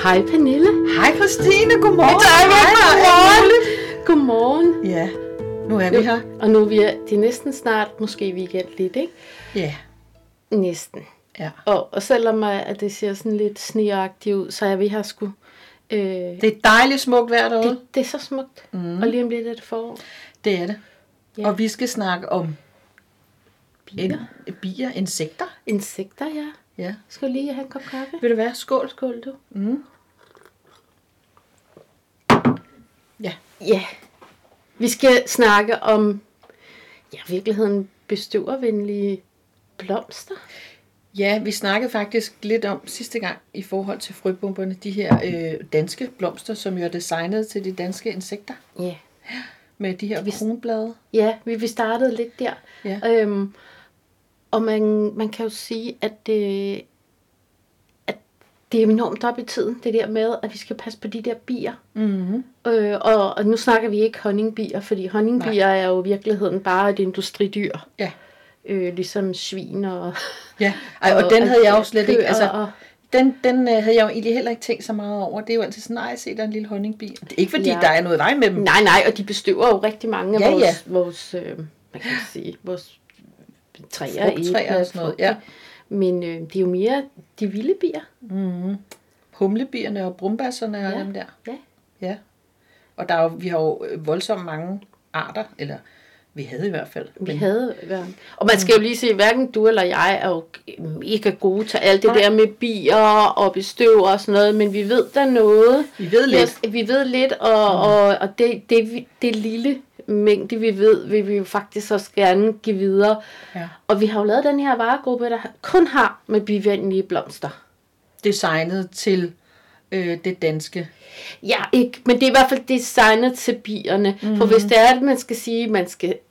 Hej Pernille. Hej Christine, godmorgen. Godmorgen. Godmorgen. Ja, nu er vi her. Og nu er det er næsten snart, måske weekend lidt, ikke? Ja. Næsten. Ja. Og selvom at det ser sådan lidt sneagtigt ud, så er vi her sgu. Det er dejligt smukt vejr derude. Det er så smukt. Og lige om lidt er det forår. Det er det. Ja. Og vi skal snakke om Bier. Insekter. Insekter, ja. Ja. Skal du lige have en kop kaffe? Vil det være? Skål. Skål, du. Ja. Ja. Vi skal snakke om, i virkeligheden bestøvervenlige blomster. Ja, vi snakkede faktisk lidt om sidste gang i forhold til frøbomberne, de her danske blomster, som jo er designet til de danske insekter. Ja. Med de her kronblade. Ja, vi startede lidt der. Ja. Og man kan jo sige, at det er enormt op i tiden, det der med, at vi skal passe på de der bier. Mm-hmm. Og nu snakker vi ikke honningbier, fordi honningbier er jo i virkeligheden bare et industridyr. Ja. Ligesom svin og... Ja, og den havde jeg jo slet ikke... Altså, og, den havde jeg jo egentlig heller ikke tænkt så meget over. Det er jo altid sådan, nej, se, der er en lille honningbi. Det er ikke fordi, der er noget vej med dem. Nej, og de bestøver jo rigtig mange af vores man kan sige, vores træer, frugttræer og sådan noget. Ja. Men det er jo mere de vilde bier. Mm-hmm. Humlebierne og brumbasserne og dem der. Ja. Og vi har jo voldsomt mange arter, eller vi havde i hvert fald. Og man skal jo lige se, hverken du eller jeg er jo mega gode til alt det der med bier og bestøver og sådan noget, men vi ved der noget. Vi ved lidt, og det lille mængde, vi ved, vil vi jo faktisk også gerne give videre. Ja. Og vi har jo lavet den her varegruppe, der kun har med bivenlige blomster. Designet til det danske. Ja, ikke, men det er i hvert fald designet til bierne. Mm-hmm. For hvis det er, at man skal sige,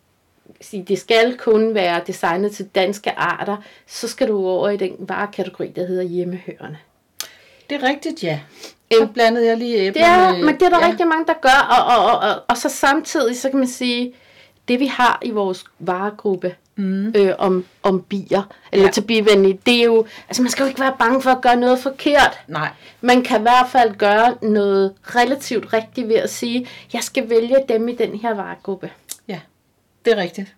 det skal kun være designet til danske arter, så skal du over i den varekategori, der hedder hjemmehørende. Det er rigtigt, ja. Så blandede jeg lige æblerne. Men det er der rigtig mange, der gør. Og så samtidig, så kan man sige, det vi har i vores varegruppe om bier, eller til bivenlige, det er jo, altså man skal jo ikke være bange for at gøre noget forkert. Nej. Man kan i hvert fald gøre noget relativt rigtigt ved at sige, jeg skal vælge dem i den her varegruppe. Ja, det er rigtigt.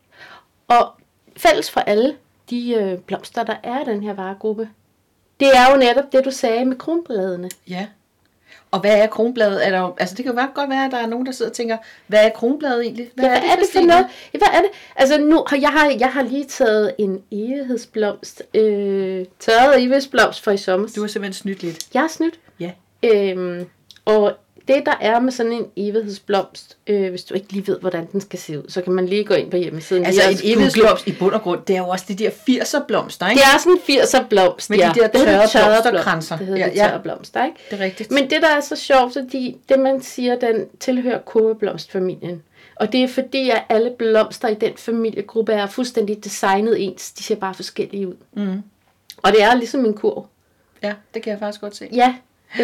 Og fælles for alle de blomster, der er i den her varegruppe, det er jo netop det, du sagde med kronbladene. Ja. Og hvad er kronbladet? Altså det kan jo godt være, at der er nogen, der sidder og tænker, hvad er kronbladet egentlig? Hvad er det for noget? Ja, hvad er det? Altså nu, jeg har lige taget en evighedsblomst, tørret evighedsblomst for i sommer. Du har simpelthen snydt lidt. Jeg har snydt. Ja. Og det der er med sådan en evighedsblomst, hvis du ikke lige ved, hvordan den skal se ud, så kan man lige gå ind på hjemmesiden. Altså en evighedsblomst i bund og grund, det er jo også de der 80'er blomster, ikke? Det er sådan en 80'er blomst, med de der tørre blomsterkranser. Det hedder tørre blomster, ikke? Det er rigtigt. Men det der er så sjovt, fordi det man siger, den tilhører kurveblomstfamilien. Og det er fordi, at alle blomster i den familiegruppe er fuldstændig designet ens. De ser bare forskellige ud. Mm. Og det er ligesom en kurv. Ja, det kan jeg faktisk godt se. Ja,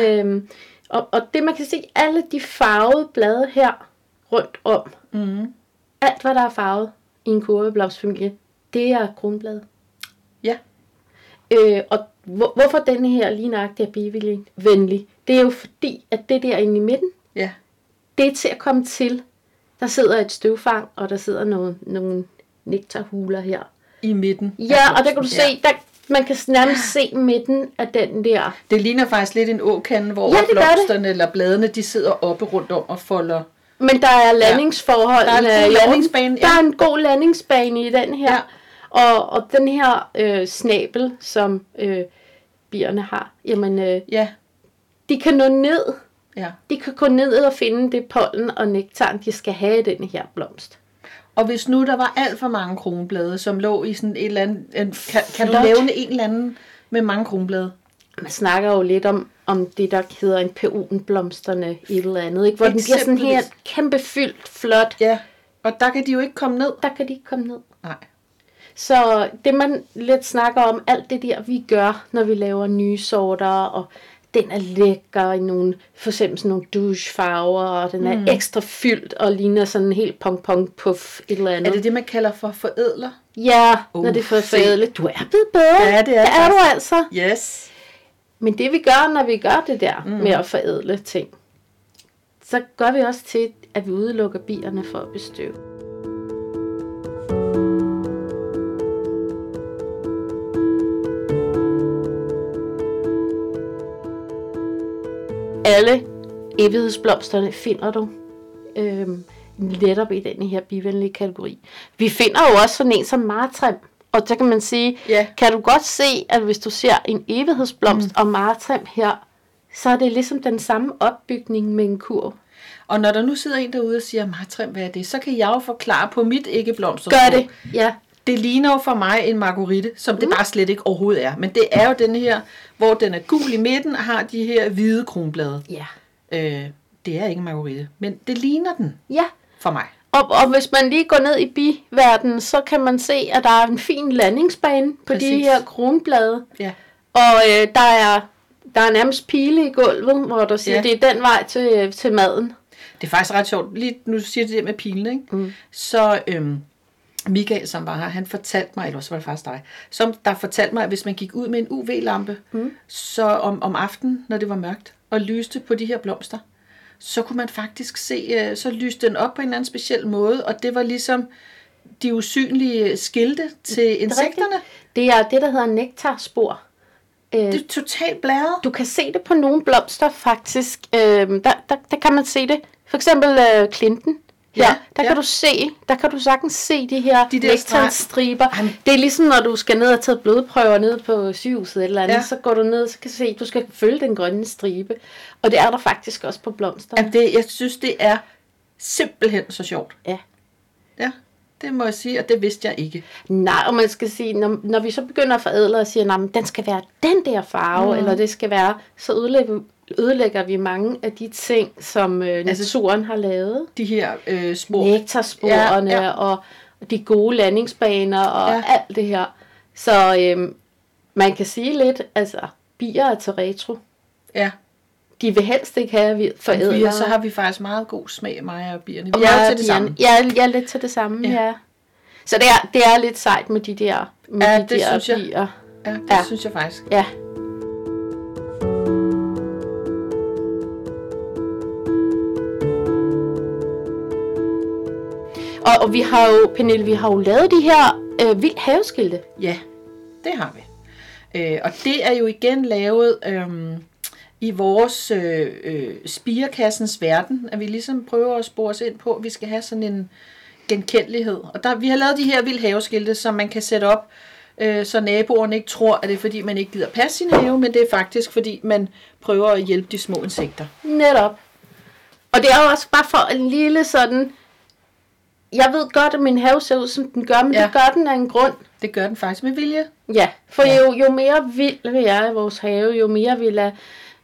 og det man kan se, alle de farvede blade her rundt om, alt hvad der er farvet i en kurveblomstfamilie, det er kronblade. Ja. Og hvorfor denne her lige nøjagtig er bivenlig, det er jo fordi, at det der inde i midten, det er til at komme til. Der sidder et støvfang, og der sidder nogle nektarhuler her. I midten? Ja, og der kan du se, man kan nærmest se midten af den der. Det ligner faktisk lidt en åkande, hvor blomsterne eller bladene, de sidder oppe rundt om og folder. Men der er landingsforhold. Der er en landingsbane. Der er en god landingsbane i den her. Ja. Og den her snabel, som bierne har, jamen, de kan nå ned. Ja. De kan gå ned og finde det pollen og nektar, de skal have i den her blomst. Og hvis nu der var alt for mange kronblade, som lå i sådan et eller andet... Kan du nævne en eller anden med mange kronblade? Man snakker jo lidt om det, der hedder en peonblomsterne et eller andet, ikke? Hvor den bliver sådan her kæmpe fyldt, flot. Ja, og der kan de jo ikke komme ned. Der kan de ikke komme ned. Nej. Så det man lidt snakker om, alt det der, vi gør, når vi laver nye sorter, og den er lækker i nogle, for eksempel sådan nogle douchefarver, og den er ekstra fyldt og ligner sådan en helt pong-pong-puff et eller andet. Er det det, man kalder for forædler? Ja, når det er forædlet. Du er blevet bedre. Ja, det er du altså. Yes. Men det vi gør, når vi gør det der med at forædle ting, så gør vi også til, at vi udelukker bierne for at bestøve. Alle evighedsblomsterne finder du netop i den her bivenlige kategori. Vi finder jo også sådan en som martrim, og så kan man sige, kan du godt se, at hvis du ser en evighedsblomst og martrim her, så er det ligesom den samme opbygning med en kurv. Og når der nu sidder en derude og siger, martrim, hvad er det? Så kan jeg jo forklare på mit æggeblomster. Gør det, ja. Det ligner jo for mig en marguerite, som det bare slet ikke overhovedet er. Men det er jo den her, hvor den er gul i midten og har de her hvide kronblade. Ja. Det er ikke en marguerite, men det ligner den for mig. Og hvis man lige går ned i biverdenen, så kan man se, at der er en fin landingsbane på de her kronblade. Ja. Og der er nærmest pile i gulvet, hvor der siger, det er den vej til maden. Det er faktisk ret sjovt. Lige nu siger det med pilen, ikke? Så Michael, som var her, han fortalte mig, eller så var det faktisk dig, som der fortalte mig, at hvis man gik ud med en UV-lampe, så om aftenen, når det var mørkt, og lyste på de her blomster, så kunne man faktisk se, så lyste den op på en eller anden speciel måde, og det var ligesom de usynlige skilte til insekterne. Det er det, der hedder nektarspor. Det er totalt blæret. Du kan se det på nogle blomster faktisk. Der kan man se det. For eksempel klinten. Der kan du sagtens se de her nektarstriber. Det er ligesom når du skal ned og tage blodprøver ned på sygehuset eller andet, så går du ned, så kan du se, du skal følge den grønne stribe. Og det er der faktisk også på blomster. Jeg synes, det er simpelthen så sjovt. Ja. Ja, det må jeg sige, og det vidste jeg ikke. Nej, og man skal sige, når vi så begynder at forædle og siger, at den skal være den der farve, eller det skal være, så ødelægger vi mange af de ting, som naturen har lavet. De her spor. Nektarsporene og de gode landingsbaner og alt det her. Så man kan sige lidt, altså bier er til retro. Ja. De vil helst ikke have, at vi forædler. Så har vi faktisk meget god smag, mig og bierne. Vi er til det samme. Ja, lidt til det samme, ja. Så det er lidt sejt med de der, bier. Ja, det synes jeg faktisk. Ja. Og vi har jo, Pernille, lavet de her vildt haveskilte. Ja, det har vi. Og det er jo igen lavet i vores spirekassens verden, at vi ligesom prøver at spore os ind på, at vi skal have sådan en genkendelighed. Og vi har lavet de her vildt haveskilte, som man kan sætte op, så naboerne ikke tror, at det er fordi, man ikke gider passe sin have, men det er faktisk fordi, man prøver at hjælpe de små insekter. Netop. Og det er jo også bare for en lille sådan... Jeg ved godt, at min have ser ud, som den gør, men det gør den af en grund. Det gør den faktisk med vilje. Ja, for jo mere vild vi er i vores have, jo mere vi lader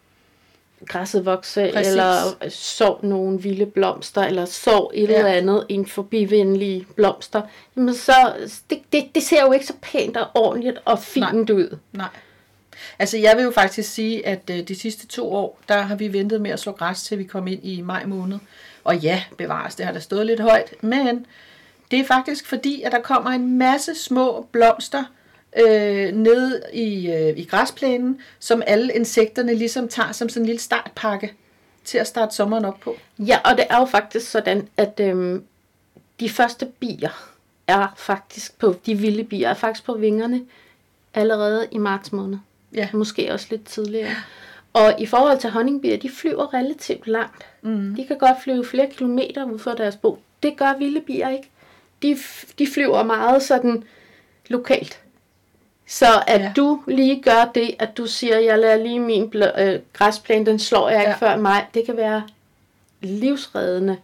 græsset vokse, eller så nogle vilde blomster, eller så et eller andet inden for bivenlige blomster, jamen så, det ser jo ikke så pænt og ordentligt og fint ud. Nej. Altså jeg vil jo faktisk sige, at de sidste 2 år, der har vi ventet med at slå græs, til vi kom ind i maj måned. Og ja, bevares, det har da stået lidt højt, men det er faktisk fordi, at der kommer en masse små blomster ned i græsplænen, som alle insekterne ligesom tager som sådan en lille startpakke til at starte sommeren op på. Ja, og det er jo faktisk sådan, at de første bier er faktisk de vilde bier er faktisk på vingerne allerede i marts måned. Ja. Måske også lidt tidligere. Ja. Og i forhold til honningbier, de flyver relativt langt. De kan godt flyve flere kilometer ud fra deres bo. Det gør vilde bier ikke. De flyver meget sådan lokalt. Så at du lige gør det, at du siger, jeg lader lige min græsplæne, den slår jeg ikke før mig. Det kan være livsreddende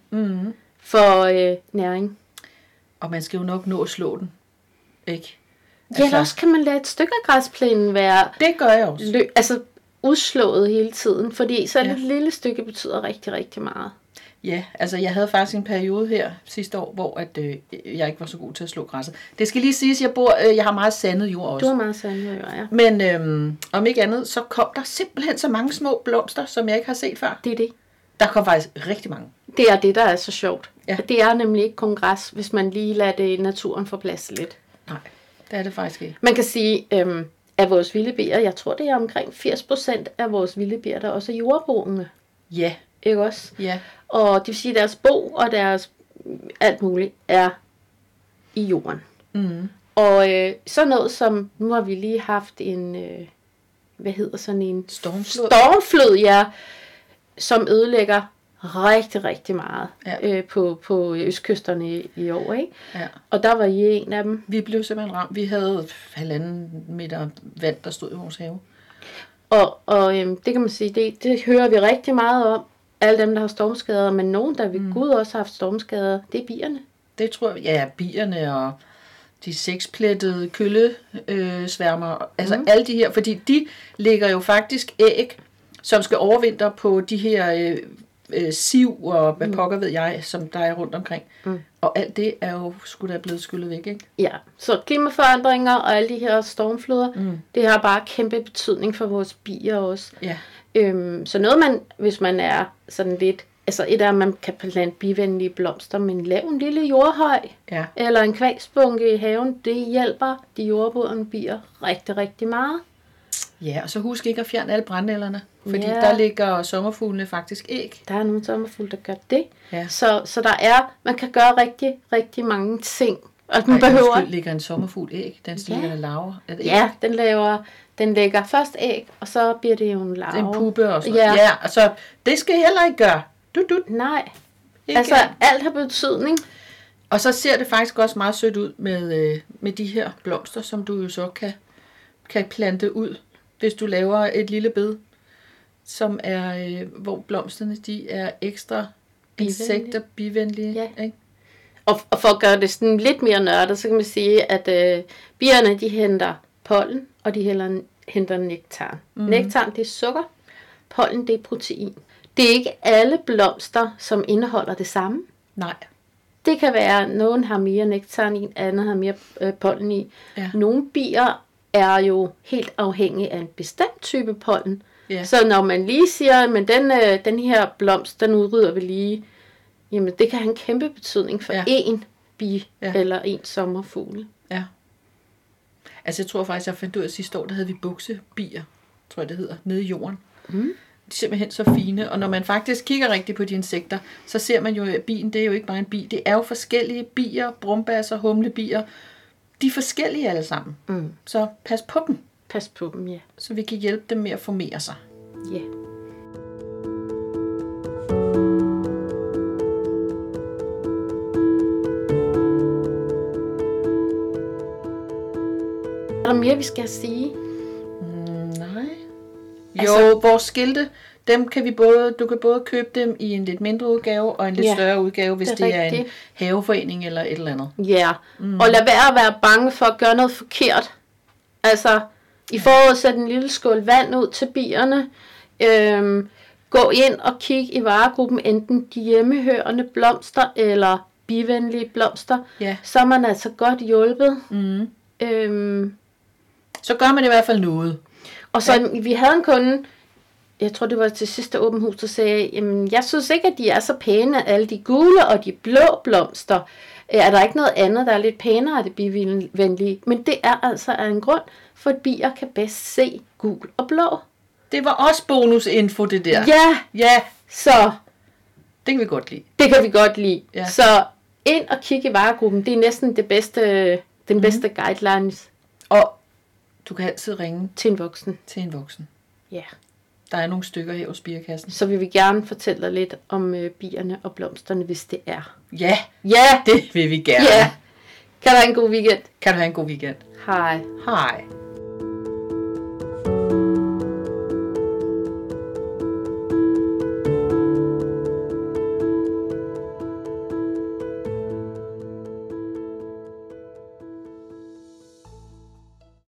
for næring. Og man skal jo nok nå at slå den. Ikke? Altså, ja, også kan man lade et stykke af græsplænen være... Det gør jeg også. Udslået hele tiden, fordi så et lille stykke betyder rigtig, rigtig meget. Ja, altså jeg havde faktisk en periode her sidste år, hvor at, jeg ikke var så god til at slå græsset. Det skal lige siges, jeg har meget sandet jord også. Du har meget sandet jord, ja. Men om ikke andet, så kom der simpelthen så mange små blomster, som jeg ikke har set før. Det er det. Der kom faktisk rigtig mange. Det er det, der er så sjovt. Ja. Det er nemlig ikke kun græs, hvis man lige lader det naturen få plads lidt. Nej, det er det faktisk ikke. Man kan sige, af vores vilde bier, jeg tror det er omkring 80% af vores vilde bier, der også er jordboende. Ja. Ikke også? Ja. Og det vil sige, at deres bo og deres alt muligt er i jorden. Mm. Og sådan noget som, nu har vi lige haft en, hvad hedder sådan en? Stormflod, ja, som ødelægger rigtig, rigtig meget på østkysterne i år, ikke? Ja. Og der var I en af dem. Vi blev simpelthen ramt. Vi havde 1,5 meter vand, der stod i vores have. Og det kan man sige, det hører vi rigtig meget om. Alle dem, der har stormskader, men nogen, der ved Gud også har haft stormskader, det er bierne. Det tror jeg, ja, bierne og de 6-plettede køllesværmer, altså alle de her, fordi de lægger jo faktisk æg, som skal overvintre på de her siv og hvad pokker ved jeg, som der er rundt omkring. Og alt det er jo skulle da blevet skyllet væk, ikke? Ja, så klimaforandringer og alle de her stormfloder, det har bare kæmpe betydning for vores bier også. Ja. Så noget hvis man er sådan lidt, altså et af at man kan plante bivenlige blomster, men lave en lille jordhøj, eller en kvægsbunke i haven, det hjælper de jordbundne bier rigtig, rigtig meget. Ja, og så husk ikke at fjerne alle brændenælderne, fordi der ligger sommerfuglene faktisk æg. Der er nogle sommerfugle, der gør det. Ja. Så man kan gøre rigtig, rigtig mange ting. Og ligger en sommerfugl æg? Den ligger larver? Ja, den lægger først æg, og så bliver det jo en larve. Det er en puppe og sådan. Ja, altså det skal jeg heller ikke gøre. Nej, altså alt har betydning. Og så ser det faktisk også meget sødt ud med de her blomster, som du jo så kan plante ud, hvis du laver et lille bed, som er, hvor blomsterne de er ekstra insekter, bivenlige. Ja. Ikke? Og for at gøre det sådan lidt mere nørdet, så kan man sige, at bierne de henter pollen, og de henter nektar. Nektar, det er sukker. Pollen, det er protein. Det er ikke alle blomster, som indeholder det samme. Nej. Det kan være, at nogen har mere nektar i, anden har mere pollen i. Ja. Nogle bier er jo helt afhængige af en bestemt type pollen. Ja. Så når man lige siger, men den her blomst, den udrydder vi lige, jamen det kan have en kæmpe betydning for én bi eller en sommerfugle. Ja. Altså jeg tror faktisk, jeg fandt ud af sidste år, der havde vi buksebier, tror jeg det hedder, nede i jorden. De er simpelthen så fine, og når man faktisk kigger rigtigt på de insekter, så ser man jo, at bien, det er jo ikke bare en bi, det er jo forskellige bier, brumbasser, humlebier, de er forskellige alle sammen. Så pas på dem. Pas på dem, ja. Så vi kan hjælpe dem med at formere sig. Ja. Er der mere, vi skal sige? Nej. Jo, vores skilte, dem kan du kan både købe dem i en lidt mindre udgave, og en lidt større udgave, hvis det er en haveforening eller et eller andet. Ja, og lad være at være bange for at gøre noget forkert. Altså, i foråret sæt en lille skål vand ud til bierne. Gå ind og kig i varegruppen, enten de hjemmehørende blomster, eller bivenlige blomster. Ja. Så er man altså godt hjulpet. Så gør man i hvert fald noget. Og så vi havde en kunde, jeg tror det var til sidste åben hus, der sagde, jamen jeg synes ikke, at de er så pæne, alle de gule og de blå blomster. Er der ikke noget andet, der er lidt pænere af det bivenlige? Men det er altså af en grund, for at bier kan bedst se gul og blå. Det var også bonusinfo, det der. Ja. Så det kan vi godt lide. Det kan vi godt lide. Ja. Så ind og kigge i varegruppen, det er næsten den bedste guidelines. Og du kan altid ringe til en voksen. Ja. Der er nogle stykker her hos Biakassen. Så vil vi gerne fortælle dig lidt om bierne og blomsterne, hvis det er. Ja, det vil vi gerne. Ja. Kan du have en god weekend? Hej. Hej.